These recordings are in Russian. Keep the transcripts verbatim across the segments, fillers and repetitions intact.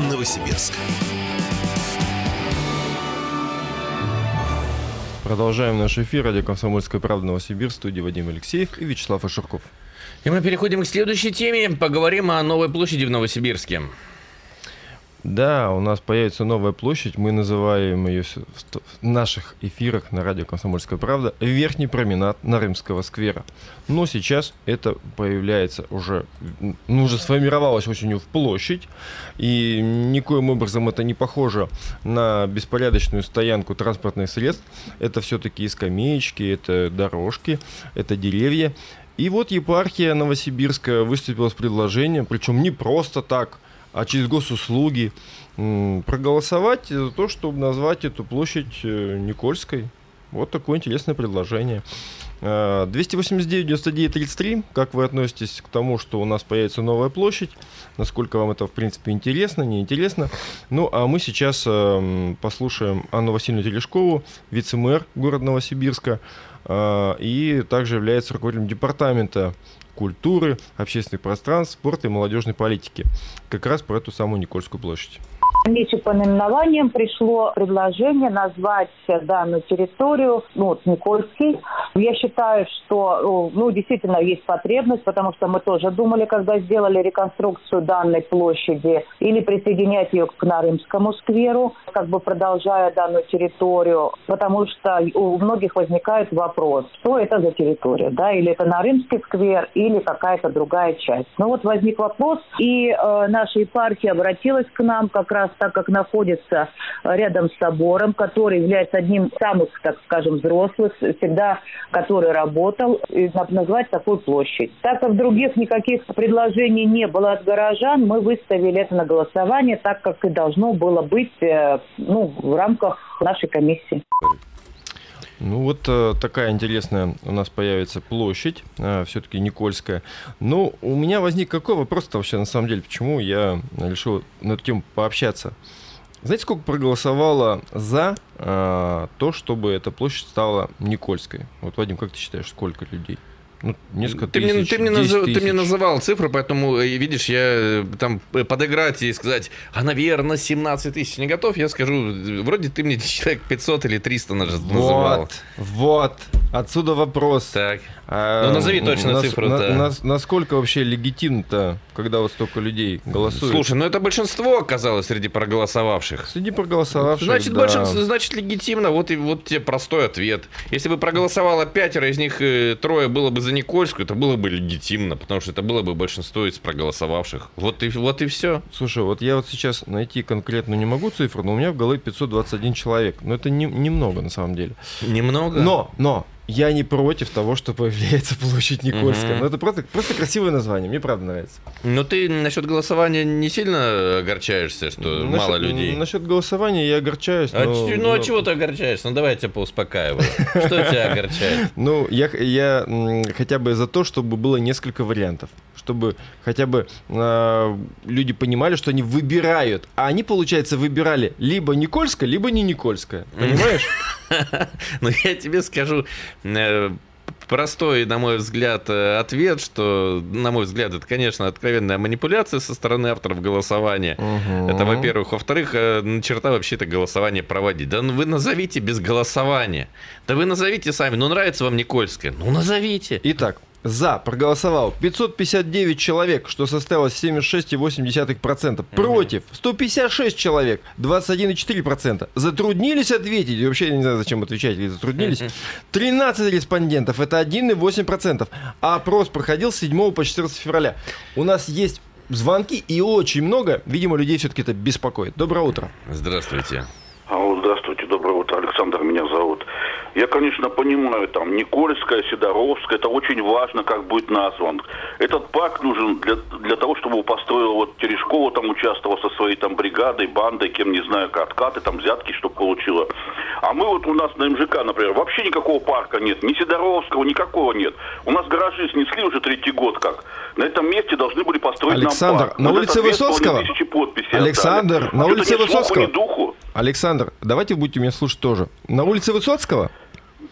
Новосибирск. Продолжаем наш эфир. Радио «Комсомольская правда», Новосибирск, в студии Вадим Алексеев и Вячеслав Ашурков. И мы переходим к следующей теме. Поговорим о новой площади в Новосибирске. Да, у нас появится новая площадь. Мы называем ее в наших эфирах на радио «Комсомольская правда» Верхний променад Нарымского сквера. Но сейчас это появляется уже, ну, уже сформировалась осенью в площадь. И никоим образом это не похоже на беспорядочную стоянку транспортных средств. Это все-таки и скамеечки, это дорожки, это деревья. И вот епархия Новосибирская выступила с предложением, причем не просто так, а через госуслуги, проголосовать за то, чтобы назвать эту площадь Никольской. Вот такое интересное предложение. двести восемьдесят девять девяносто девять тридцать три. Как вы относитесь к тому, что у нас появится новая площадь? Насколько вам это, в принципе, интересно, неинтересно? Ну, а мы сейчас послушаем Анну Васильевну Терешкову, вице-мэр города Новосибирска, и также является руководителем департамента культуры, общественных пространств, спорта и молодежной политики. Как раз про эту самую Никольскую площадь. Комиссию по наименованиям пришло предложение назвать данную территорию, ну, вот, Никольский. Я считаю, что, ну, действительно есть потребность, потому что мы тоже думали, когда сделали реконструкцию данной площади, или присоединять ее к Нарымскому скверу, как бы продолжая данную территорию, потому что у многих возникает вопрос, что это за территория, да, или это Нарымский сквер, или какая-то другая часть. Ну вот возник вопрос, и э, наша епархия обратилась к нам как раз так как находится рядом с собором, который является одним из самых, так скажем, взрослых, всегда который работал, и назвать такую площадь. Так как других никаких предложений не было от горожан, мы выставили это на голосование, так как и должно было быть, ну, в рамках нашей комиссии. Ну вот э, такая интересная у нас появится площадь, э, все-таки Никольская. Но у меня возник какой вопрос-то вообще на самом деле, почему я решил на эту тему пообщаться. Знаете, сколько проголосовало за э, то, чтобы эта площадь стала Никольской? Вот, Вадим, как ты считаешь, сколько людей? Ну, несколько ты тысяч, мне, ты, мне назов, ты мне называл цифру, поэтому, видишь, я там подыграть и сказать, а, наверное, семнадцать тысяч не готов, я скажу, вроде ты мне человек пятьсот или триста называл. Вот, вот, отсюда вопрос. Так, а, ну назови точно на, цифру-то. На, на, насколько вообще легитимно-то, когда вот столько людей голосуют? Слушай, ну это большинство оказалось среди проголосовавших. Среди проголосовавших, Значит, да. большинство, значит, легитимно, вот, и, вот тебе простой ответ. Если бы проголосовало пятеро, из них э, трое было бы за Никольскую, это было бы легитимно, потому что это было бы большинство из проголосовавших. Вот и, вот и все. Слушай, вот я вот сейчас найти конкретно не могу цифру, но у меня в голове пятьсот двадцать один человек. Но это не, немного на самом деле. Немного? Но, но, я не против того, что появляется площадь Никольская. Угу. Но это просто, просто красивое название, мне правда нравится. Но ты насчет голосования не сильно огорчаешься, что насчет, мало людей? Насчет голосования я огорчаюсь. А но, ч- ну, но... а чего ты огорчаешься? Ну, давай я тебя поуспокаиваю. Что тебя огорчает? Ну, я, я хотя бы за то, чтобы было несколько вариантов. Чтобы хотя бы э, люди понимали, что они выбирают. А они, получается, выбирали либо Никольская, либо не Никольская. Понимаешь? Ну, я тебе скажу... Простой, на мой взгляд, ответ, что, на мой взгляд, это, конечно, откровенная манипуляция со стороны авторов голосования. Угу. Это, во-первых. Во-вторых, на черта вообще это голосование проводить. Да ну вы назовите без голосования. Да вы назовите сами. Ну, нравится вам Никольская? Ну, назовите. Итак, за проголосовал пятьсот пятьдесят девять человек, что составило семьдесят шесть целых восемь десятых процента. Угу. Против сто пятьдесят шесть человек, двадцать один целых четыре десятых процента. Затруднились ответить, и вообще я не знаю, зачем отвечать, или затруднились. тринадцать респондентов, это один целых восемь десятых процента. А опрос проходил с седьмого по четырнадцатое февраля. У нас есть звонки и очень много, видимо, людей все-таки это беспокоит. Доброе утро. Здравствуйте. Алло, здравствуйте, доброе утро, Александр меня зовут. Я, конечно, понимаю, там, Никольская, Сидоровская, это очень важно, как будет назван. Этот парк нужен для, для того, чтобы его построила вот Терешкова, там участвовала со своей там бригадой, бандой, кем не знаю, откаты, там взятки, чтобы получила. А мы вот у нас на эм жэ ка, например, вообще никакого парка нет, ни Сидоровского, никакого нет. У нас гаражи снесли уже третий год как. На этом месте должны были построить Александр, нам парк. на улице Высоцкого? Александр, отдали. на а улице ни Высоцкого? Слуху, ни духу. Александр, давайте вы будете меня слушать тоже. На улице Высоцкого?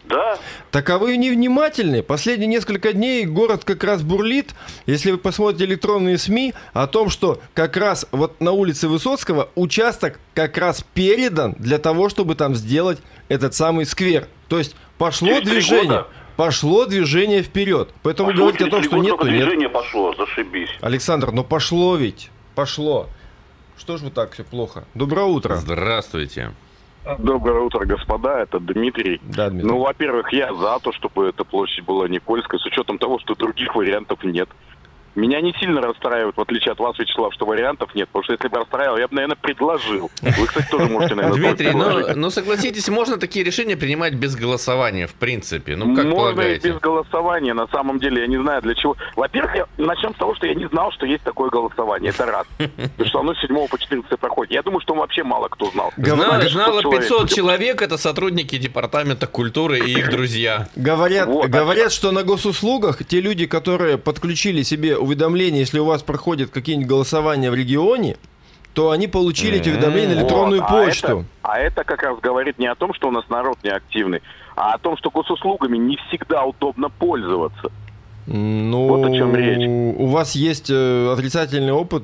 Да. Таковы невнимательны. Последние несколько дней город как раз бурлит. Если вы посмотрите электронные СМИ о том, что как раз вот на улице Высоцкого участок как раз передан для того, чтобы там сделать этот самый сквер. То есть пошло Через три движение. года? Пошло движение вперед. Поэтому Пошло, говорить о том, через что три нет, года то нет. движение пошло, зашибись. Александр, ну пошло ведь. Пошло. Что ж вы так все плохо? Доброе утро. Здравствуйте. Доброе утро, господа, это Дмитрий. Да, Дмитрий. Ну, во-первых, я за то, чтобы эта площадь была Никольская, с учетом того, что других вариантов нет. Меня не сильно расстраивает, в отличие от вас, Вячеслав, что вариантов нет. Потому что если бы расстраивал, я бы, наверное, предложил. Вы, кстати, тоже можете, наверное, Дмитрий, предложить. ну, ну согласитесь, можно такие решения принимать без голосования, в принципе. Ну, как Можно полагаете? и без голосования, на самом деле, я не знаю для чего. Во-первых, я... начнем с того, что я не знал, что есть такое голосование, это раз. Потому что оно с седьмого по четырнадцатое проходит. Я думаю, что вообще мало кто знал. Знало, Пятьсот знало человек. пятьсот человек, это сотрудники департамента культуры и их друзья. Говорят, Вот, говорят, что на госуслугах те люди, которые подключили себе уведомления, если у вас проходят какие-нибудь голосования в регионе, то они получили эти уведомления на электронную Вот, почту. А это, а это как раз говорит не о том, что у нас народ неактивный, а о том, что госуслугами не всегда удобно пользоваться. Ну, Вот о чем речь. у вас есть э, отрицательный опыт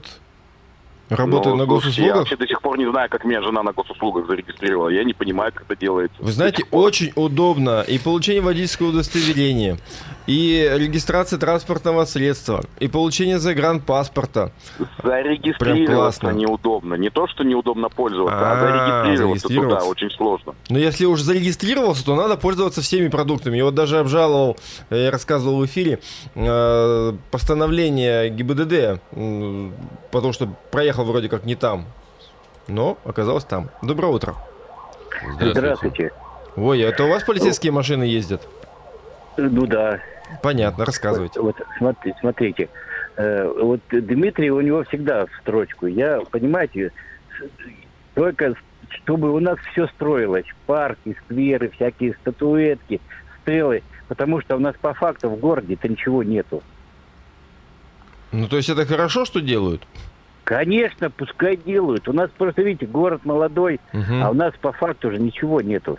работы Ну, на слушайте, я госуслугах? вообще до сих пор не знаю, как меня жена на госуслугах зарегистрировала. Я не понимаю, как это делается. Вы знаете, очень удобно и получение водительского удостоверения, и регистрация транспортного средства, и получение загранпаспорта. Прям Зарегистрироваться классно. неудобно. Не то, что неудобно пользоваться, а, А, зарегистрироваться туда зарегистрироваться. очень сложно. Но если уж зарегистрировался, то надо пользоваться всеми продуктами. Я вот даже обжаловал, я рассказывал в эфире, э, постановление ГИБДД, э, потому что проехал вроде как не там, но оказалось там. Доброе утро. Здравствуйте. Ой, это у вас полицейские машины ездят? Ну да. Понятно, рассказывайте. Вот, вот смотри- смотрите, э, вот Дмитрий, у него всегда в строчку. Я, понимаете, с- только чтобы у нас все строилось, парки, скверы, всякие статуэтки, стелы, потому что у нас по факту в городе-то ничего нету. Ну, то есть это хорошо, что делают? Конечно, пускай делают. У нас просто, видите, город молодой, Мгм. а у нас по факту же ничего нету.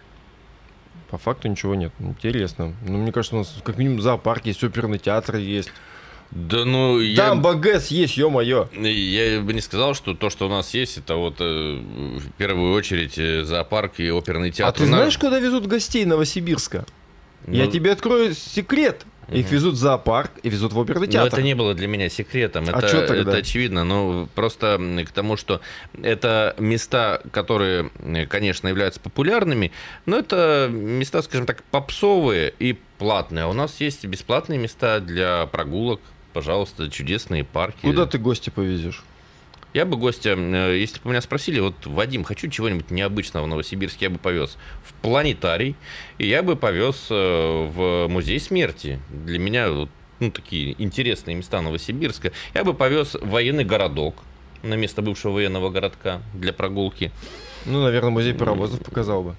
По факту ничего нет. Интересно. Ну, мне кажется, у нас как минимум зоопарк есть, оперный театр есть. Да ну, я, Там БГС есть, ё-моё. я бы не сказал, что то, что у нас есть, это вот э, в первую очередь э, зоопарк и оперный театр. А ты На- знаешь, куда везут гостей Новосибирска? Я Ну, тебе открою секрет. Их везут в зоопарк и везут в оперный Но театр. это не было для меня секретом. А Это, чё тогда? это очевидно. Но просто м, к тому, что это места, которые, э, конечно, являются популярными, но это места, скажем так, попсовые и платные. А у нас есть бесплатные места для прогулок. Пожалуйста, чудесные парки. Куда ты гостя повезешь? Я бы гостя, э, если бы меня спросили, вот, Вадим, хочу чего-нибудь необычного в Новосибирске, я бы повез в планетарий, и я бы повез э, в музей смерти. Для меня вот, ну, такие интересные места Новосибирска. Я бы повез в военный городок на место бывшего военного городка для прогулки. Ну, наверное, музей паровозов показал бы.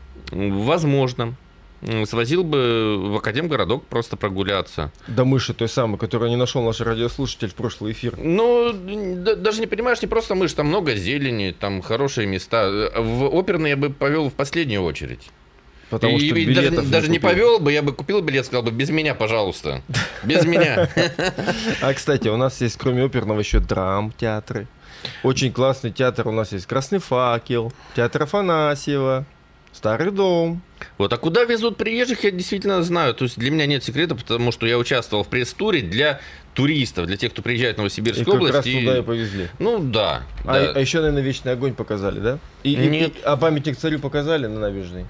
Возможно. М, Свозил бы в Академгородок просто прогуляться. До мыши той самой, которую не нашел наш радиослушатель в прошлый эфир. Ну, да- даже не понимаешь, не просто мышь, там много зелени, там хорошие места. В оперный я бы повел в последнюю очередь. Потому И- что и даже, билетов даже не купил. повел бы, я бы купил билет, сказал бы, без меня, пожалуйста. Без меня. А, кстати, у нас есть, кроме оперного, еще драм-театры. Очень классный театр у нас есть. Красный факел, театр Афанасьева, Старый дом. Вот, а куда везут приезжих, я действительно знаю. То есть для меня нет секрета, потому что я участвовал в пресс-туре для туристов, для тех, кто приезжает в И Новосибирскую как область. раз и- туда и повезли. Ну, да. А, да. а еще, наверное, Вечный огонь показали, да? И, и- Нет. и- а памятник царю показали на набережной?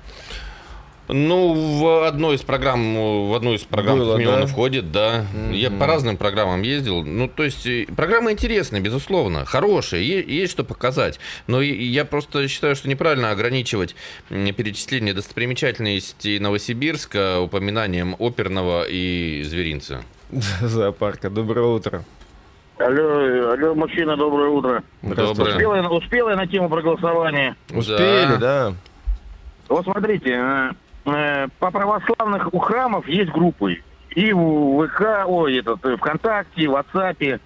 Ну, в одной из программ, в одну из программ Было, миллиона да? входит, да. Я по разным программам ездил. Ну, то есть, э, программы интересные, безусловно, хорошие, е- есть что показать. Но и- я просто считаю, что неправильно ограничивать м, перечисление достопримечательностей Новосибирска упоминанием оперного и зверинца. Зоопарка. Доброе утро. Алло, алло, мужчина, доброе утро. Доброе. Успел я, успел я на тему проголосования? Успели, да. Вот смотрите, э, э, по православных у храмов есть группы. И в ВК, ой, этот, э, ВКонтакте, в WhatsApp.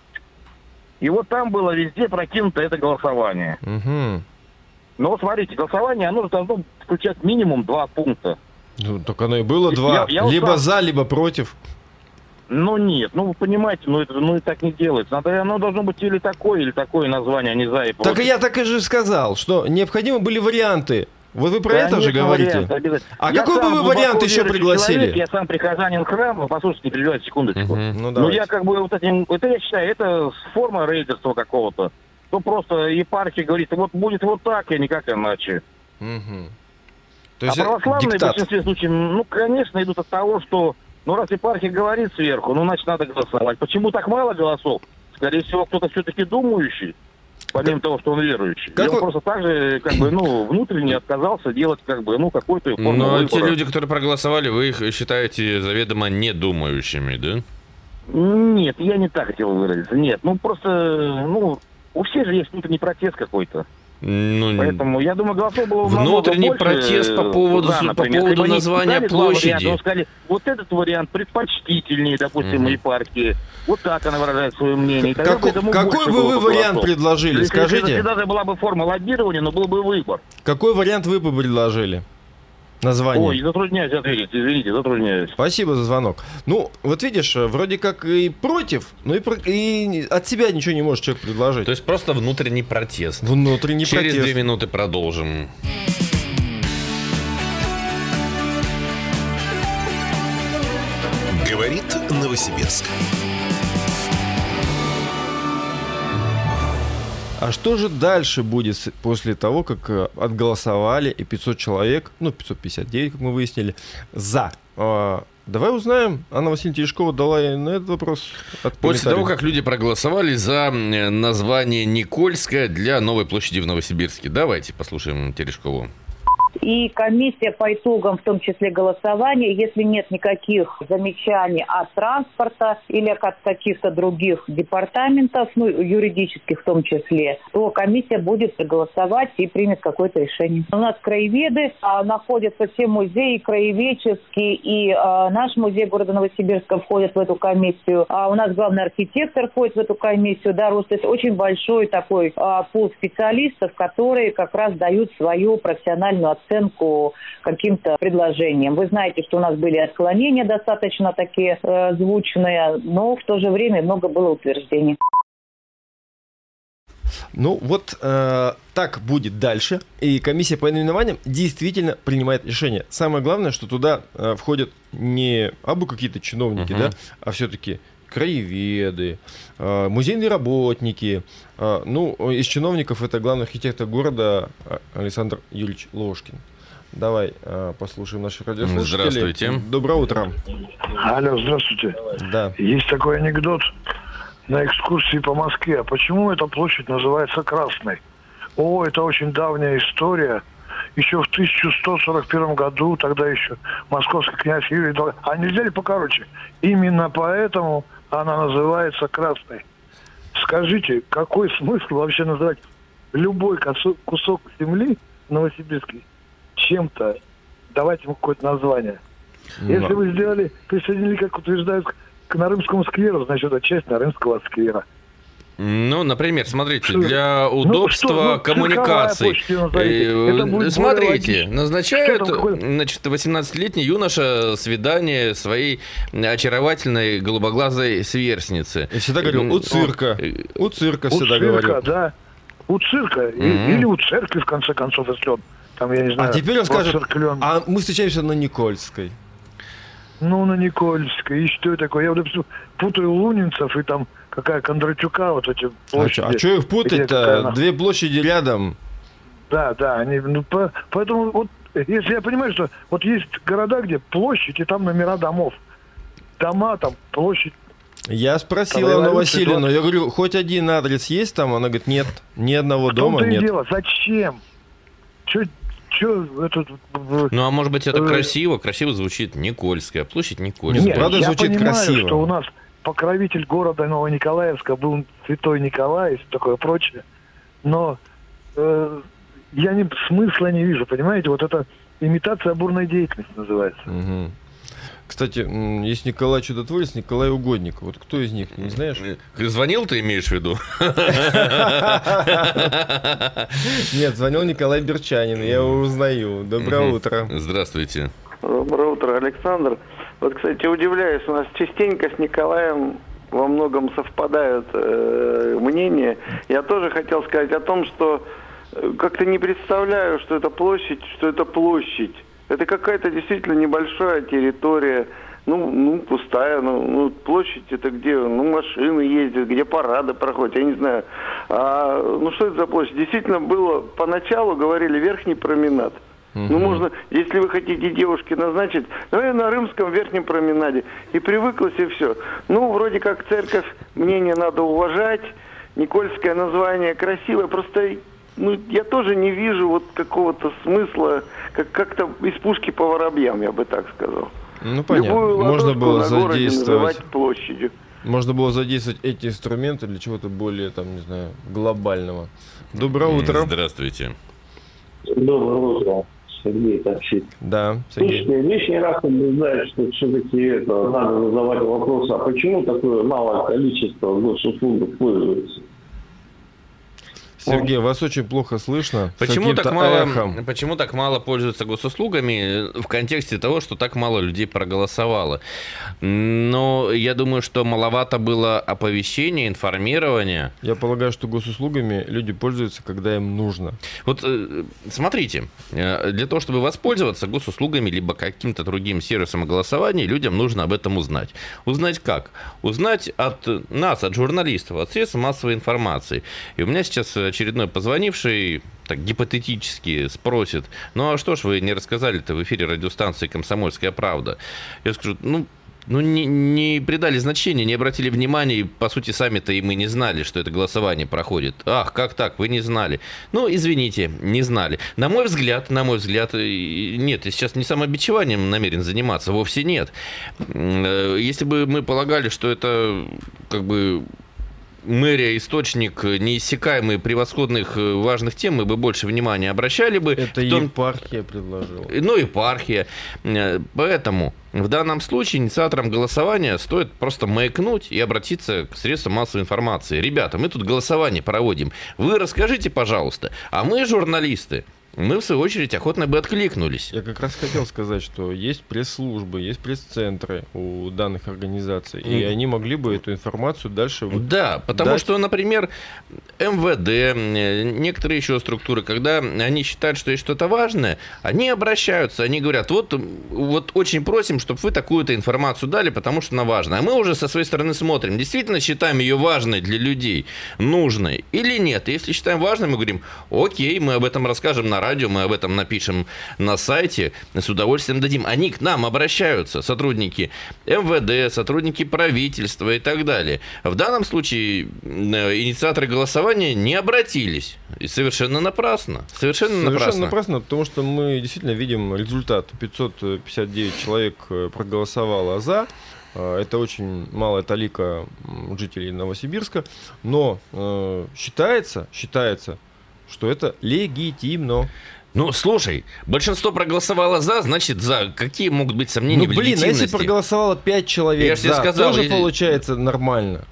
И вот там было везде прокинуто это голосование. Угу. Но вот смотрите, голосование, оно же должно включать минимум два пункта. Ну, так оно и было два. Я, я либо устал. за, либо против. Ну нет, ну вы понимаете, ну это ну и так не делается. Надо, оно должно быть или такое, или такое название, а не за и против. Так и я так и же сказал, что необходимы были варианты. Вот вы про это же говорите. Вариант, а я какой бы вы вариант еще пригласили? Человек, я сам прихожанин храма, послушайте, не перебивайте секундочку. Uh-huh. Ну, ну я как бы вот этим, это я считаю, это форма рейдерства какого-то. То просто епархия говорит, вот будет вот так, и никак иначе. Угу. То есть а православные диктат. в большинстве случаев, ну, конечно, идут от того, что, ну, раз епархия говорит сверху, ну, значит, надо голосовать. Почему так мало голосов? Скорее всего, кто-то все-таки думающий, помимо как... того, что он верующий. Как и он вы... просто так же, как бы, ну, внутренне отказался делать, как бы, ну, какой-то форму Но выбора. те люди, которые проголосовали, вы их считаете заведомо недумающими, да? Нет, я не так хотел выразиться. Нет, ну, просто, ну, у всех же есть внутренний протест какой-то. Ну, поэтому, я думаю, голосов было внутренний больше, протест по поводу, за, по поводу названия площади. Вариант, он сказали, вот этот вариант предпочтительнее, допустим, uh-huh. епархии. Вот так она выражает свое мнение. Как, какой бы вы вариант голосов. предложили, если, скажите? Если даже была бы форма лоббирования, но был бы выбор. Какой вариант вы бы предложили? Название. Ой, затрудняюсь ответить, извините, затрудняюсь. Спасибо за звонок. Ну, вот видишь, вроде как и против, но и, про... и от себя ничего не может человек предложить. То есть просто внутренний протест. Внутренний Через протест. две минуты продолжим. Говорит Новосибирск. А что же дальше будет после того, как отголосовали и пятьсот человек, ну, пятьсот пятьдесят девять, как мы выяснили, за? А, давай узнаем. Анна Васильевна Терешкова дала и на этот вопрос от После того, как люди проголосовали за название Никольская для новой площади в Новосибирске. Давайте послушаем Терешкову. И комиссия по итогам, в том числе голосования, если нет никаких замечаний от транспорта или от каких-то других департаментов, ну, юридических в том числе, то комиссия будет голосовать и примет какое-то решение. У нас краеведы, а, находятся все музеи краеведческие, и а, наш музей города Новосибирска входит в эту комиссию. А у нас главный архитектор входит в эту комиссию, да, то есть очень большой такой а, пул специалистов, которые как раз дают свою профессиональную оценку. оценку каким-то предложениям. Вы знаете, что у нас были отклонения достаточно такие э, звучные, но в то же время много было утверждений. Ну вот э, так будет дальше. И комиссия по наименованиям действительно принимает решение. Самое главное, что туда э, входят не абы какие-то чиновники, uh-huh. да, а все-таки краеведы, э, музейные работники. Э, ну, из чиновников это главный архитектор города Александр Юрьевич Ложкин. Давай э, послушаем наших радиослушателей. Здравствуйте. Доброе утро. Алло, здравствуйте. Да. Есть такой анекдот на экскурсии по Москве. А почему эта площадь называется Красной? О, это очень давняя история. Еще в тысяча сто сорок первом году, тогда еще московский князь Юрий... А нельзя ли покороче? Именно поэтому она называется Красной. Скажите, какой смысл вообще называть любой кусок земли новосибирский чем-то, давайте ему какое-то название. Ну, если вы сделали, присоединили, как утверждают, к Нарымскому скверу, значит, это часть Нарымского сквера. Ну, например, смотрите, что? Для удобства ну, что, ну, коммуникаций. Э, смотрите, назначают, значит, восемнадцатилетний юноша свидание своей очаровательной голубоглазой сверстницы. Я всегда говорил, у цирка. У цирка всегда говорил. У цирка, да. У цирка. Mm-hmm. Или у церкви, в конце концов, если он там, я не знаю. А теперь он скажет, а мы встречаемся на Никольской. Ну, на Никольской. И что такое? Я вот, допустим, путаю лунинцев и там какая Кондратюка, вот эти площади. А что их путать-то? Две площади рядом. Да, да. Они, ну, по, поэтому, вот, если я понимаю, что вот есть города, где площадь, и там номера домов. Дома, там, площадь. Я спросил Анну Васильевну, я говорю, хоть один адрес есть там? Она говорит, нет, ни одного в дома нет. Дело. Зачем? Чё, чё это... Ну, а может быть, это красиво? Красиво звучит Никольская, площадь Никольская. Нет, правда, я звучит понимаю, красиво. Что у нас покровитель города Новониколаевска был святой Николай и такое прочее. Но э, я не, смысла не вижу, понимаете? Вот это имитация бурной деятельности называется. Угу. Кстати, есть Николай Чудотворец, Николай Угодник. Вот кто из них, не знаешь? Звонил, ты имеешь в виду? Нет, звонил Николай Берчанин, я его узнаю. Доброе утро. Здравствуйте. Доброе утро, Александр. Вот, кстати, удивляюсь, у нас частенько с Николаем во многом совпадают э, мнения. Я тоже хотел сказать о том, что как-то не представляю, что это площадь, что это площадь. Это какая-то действительно небольшая территория, ну, ну пустая, ну, ну, площадь это где, ну, машины ездят, где парады проходят, я не знаю. А, ну, что это за площадь? Действительно было, поначалу говорили верхний променад. Uh-huh. Ну, можно, если вы хотите девушке назначить, давай на Рымском верхнем променаде. И привыклось, и все. Ну, вроде как церковь, мнение надо уважать, Никольское название красивое, просто, ну, я тоже не вижу вот какого-то смысла, как, как-то из пушки по воробьям, я бы так сказал. Ну, понятно. Любую можно было задействовать площадью. Можно было задействовать эти инструменты для чего-то более, там, не знаю, глобального. Доброе утро. Здравствуйте. Доброе утро. Сергей таксист. Да, Сергей. Слушайте, лишний раз убеждаюсь, что все-таки это, надо задавать вопрос, а почему такое малое количество госуслуг пользуется? Сергей, вас очень плохо слышно. Почему так, мало, почему так мало пользуются госуслугами в контексте того, что так мало людей проголосовало? Но я думаю, что маловато было оповещения, информирования. Я полагаю, что госуслугами люди пользуются, когда им нужно. Вот смотрите, для того, чтобы воспользоваться госуслугами либо каким-то другим сервисом голосования, людям нужно об этом узнать. Узнать как? Узнать от нас, от журналистов, от средств массовой информации. И у меня сейчас очередной позвонивший, так гипотетически спросит: ну а что ж вы не рассказали-то в эфире радиостанции «Комсомольская правда»? Я скажу, ну, ну не, не придали значения, не обратили внимания, и, по сути, сами-то и мы не знали, что это голосование проходит. Ах, как так, вы не знали? Ну, извините, не знали. На мой взгляд, на мой взгляд, нет, я сейчас не самобичеванием намерен заниматься, вовсе нет. Если бы мы полагали, что это как бы мэрия — источник неиссякаемый превосходных важных тем, мы бы больше внимания обращали бы. Это том... епархия предложила. Ну, епархия. Поэтому в данном случае инициаторам голосования стоит просто маякнуть и обратиться к средствам массовой информации. Ребята, мы тут голосование проводим. Вы расскажите, пожалуйста. А мы, журналисты, мы, в свою очередь, охотно бы откликнулись. Я как раз хотел сказать, что есть пресс-службы, есть пресс-центры у данных организаций, и они могли бы эту информацию дальше... Да, потому дать. Что, например, эм вэ дэ, некоторые еще структуры, когда они считают, что есть что-то важное, они обращаются, они говорят, вот, вот очень просим, чтобы вы такую-то информацию дали, потому что она важна. А мы уже со своей стороны смотрим, действительно считаем ее важной для людей, нужной или нет. И если считаем важной, мы говорим, окей, мы об этом расскажем на радио, мы об этом напишем на сайте, с удовольствием дадим. Они к нам обращаются, сотрудники эм вэ дэ, сотрудники правительства и так далее. В данном случае инициаторы голосования не обратились. И совершенно напрасно. Совершенно, совершенно напрасно. напрасно, потому что мы действительно видим результат. пятьсот пятьдесят девять человек проголосовало за. Это очень малая талика жителей Новосибирска. Но э, считается, считается, что это легитимно. Ну, слушай, большинство проголосовало за, значит, за. Какие могут быть сомнения ну, в блин, легитимности? Ну, блин, а если проголосовало пять человек я за, сказал, тоже я... получается нормально.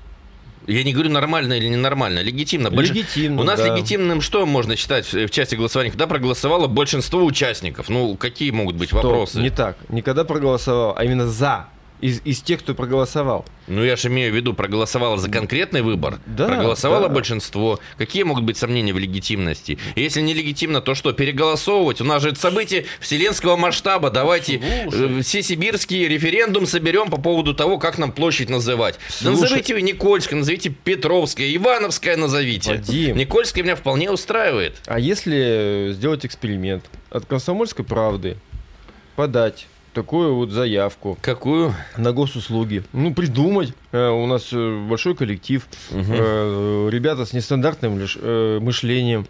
Я не говорю нормально или ненормально, легитимно. Больш... Легитимно, У нас да. легитимным что можно считать в части голосования, когда проголосовало большинство участников? Ну, какие могут быть Стоп, вопросы? Не так. Не когда проголосовал, а именно за. Из, из тех, кто проголосовал. Ну, я же имею в виду, проголосовало за конкретный выбор. Да, проголосовало да. большинство. Какие могут быть сомнения в легитимности? И если не легитимно, то что, переголосовывать? У нас же это событие вселенского масштаба. Давайте Слушай. всесибирский референдум соберем по поводу того, как нам площадь называть. Да назовите вы Никольская, назовите Петровская, Ивановская назовите. Вадим. Никольская меня вполне устраивает. А если сделать эксперимент? От «Комсомольской правды» подать такую вот заявку. Какую? На госуслуги. Ну, придумать. Э, у нас э, большой коллектив. Угу. Э, ребята с нестандартным лишь, э, мышлением.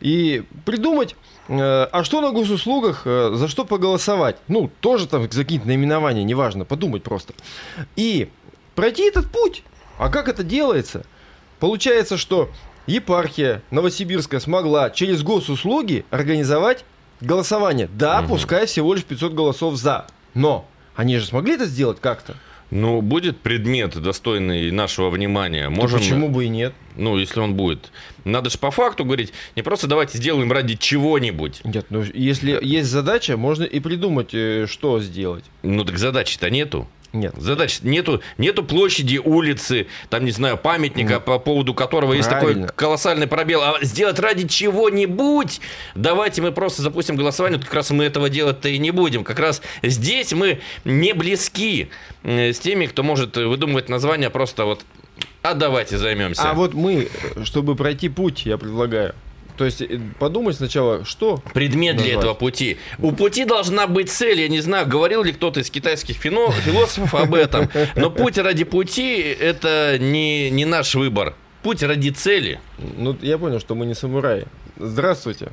И придумать, э, а что на госуслугах, э, за что поголосовать. Ну, тоже там за какие-то наименования, неважно. Подумать просто. И пройти этот путь. А как это делается? Получается, что епархия Новосибирская смогла через госуслуги организовать голосование. Да, угу. Пускай всего лишь пятьсот голосов за. Но они же смогли это сделать как-то. Ну, будет предмет, достойный нашего внимания. Можем... Да почему бы и нет? Ну, если он будет. Надо же по факту говорить, не просто давайте сделаем ради чего-нибудь. Нет, ну если есть задача, можно и придумать, что сделать. Ну, так задачи-то нету. Нет. Задач нету, нету площади, улицы, там, не знаю, памятника, mm. по поводу которого Правильно. Есть такой колоссальный пробел. А сделать ради чего-нибудь, давайте мы просто запустим голосование, как раз мы этого делать-то и не будем. Как раз здесь мы не близки с теми, кто может выдумывать названия просто вот, а давайте займемся. А вот мы, чтобы пройти путь, я предлагаю, то есть подумать сначала, что предмет назвать. Для этого пути. У пути должна быть цель. Я не знаю, говорил ли кто-то из китайских фино, философов об этом. Но путь ради пути – это не, не наш выбор. Путь ради цели. Ну, я понял, что мы не самураи. Здравствуйте.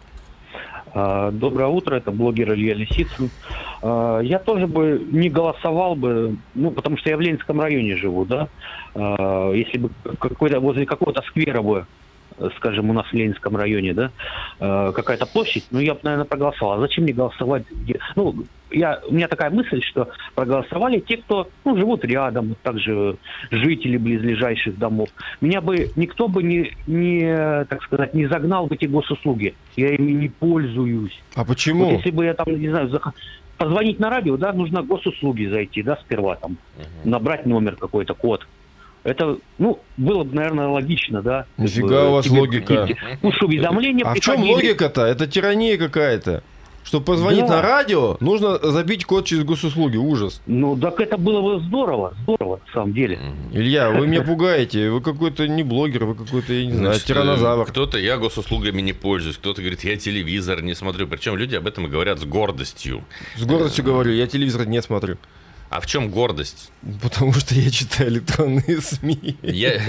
Доброе утро, это блогер Илья Лисицын. Я тоже бы не голосовал бы, ну, потому что я в Ленинском районе живу, да. Если бы какой-то, возле какого-то сквера бы, скажем, у нас в Ленинском районе, да, э, какая-то площадь, ну, я бы, наверное, проголосовал. А зачем мне голосовать? Ну, я, у меня такая мысль, что проголосовали те, кто, ну, живут рядом, также жители близлежащих домов. Меня бы никто бы не, не, так сказать, не загнал в эти госуслуги. Я ими не пользуюсь. А почему? Вот если бы я там, не знаю, зах... позвонить на радио, да, нужно в госуслуги зайти, да, сперва там, uh-huh. набрать номер какой-то, код. Это, ну, было бы, наверное, логично, да? Нифига у вас логика. Ну, что, уведомления А в чем логика-то? Это тирания какая-то. Чтобы позвонить да. на радио, нужно забить код через госуслуги. Ужас. Ну, так это было бы здорово. Здорово, на самом деле. Илья, вы меня пугаете. Вы какой-то не блогер, вы какой-то, я не знаю, Значит, тиранозавр. Кто-то, я госуслугами не пользуюсь. Кто-то говорит, я телевизор не смотрю. Причем люди об этом и говорят с гордостью. С гордостью говорю, я телевизор не смотрю. А в чем гордость? Потому что я читаю электронные СМИ. Я...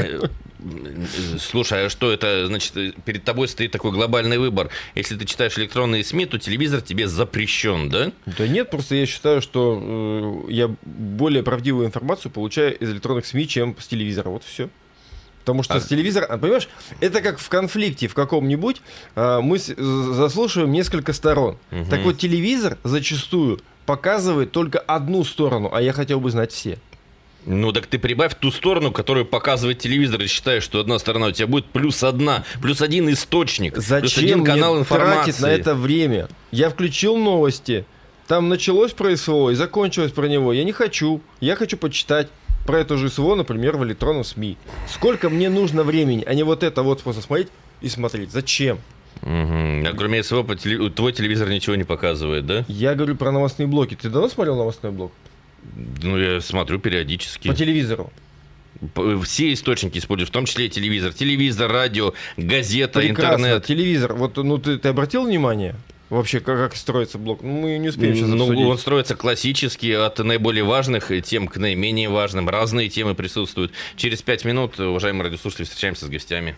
Слушай, а что это, значит, перед тобой стоит такой глобальный выбор. Если ты читаешь электронные СМИ, то телевизор тебе запрещен, да? Да нет, просто я считаю, что э, я более правдивую информацию получаю из электронных СМИ, чем с телевизора. Вот все. Потому что а... с телевизора, понимаешь, это как в конфликте в каком-нибудь, э, мы с, заслушиваем несколько сторон. Угу. Так вот, телевизор зачастую показывает только одну сторону, а я хотел бы знать все. Ну так ты прибавь ту сторону, которую показывает телевизор, и считаешь, что одна сторона у тебя будет плюс одна, плюс один источник, Зачем плюс один канал мне информации. Тратить на это время? Я включил новости, там началось про СВО и закончилось про него. Я не хочу, я хочу почитать про это же СВО, например, в электронном СМИ. Сколько мне нужно времени, а не вот это вот просто смотреть и смотреть. Зачем? Угу. А кроме СВО по теле... твой телевизор ничего не показывает, да? Я говорю про новостные блоки. Ты давно смотрел новостной блок? Ну, я смотрю периодически. По телевизору? Все источники используют, в том числе и телевизор. Телевизор, радио, газета, Прекрасно. Интернет. Телевизор. Вот, ну, ты, ты обратил внимание? Вообще, как, как строится блок? Ну, мы не успеем сейчас обсудить. Ну, он строится классически, от наиболее важных тем к наименее важным. Разные темы присутствуют. Через пять минут, уважаемые радиослушатели, встречаемся с гостями.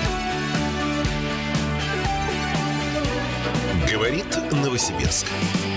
Говорит Новосибирск.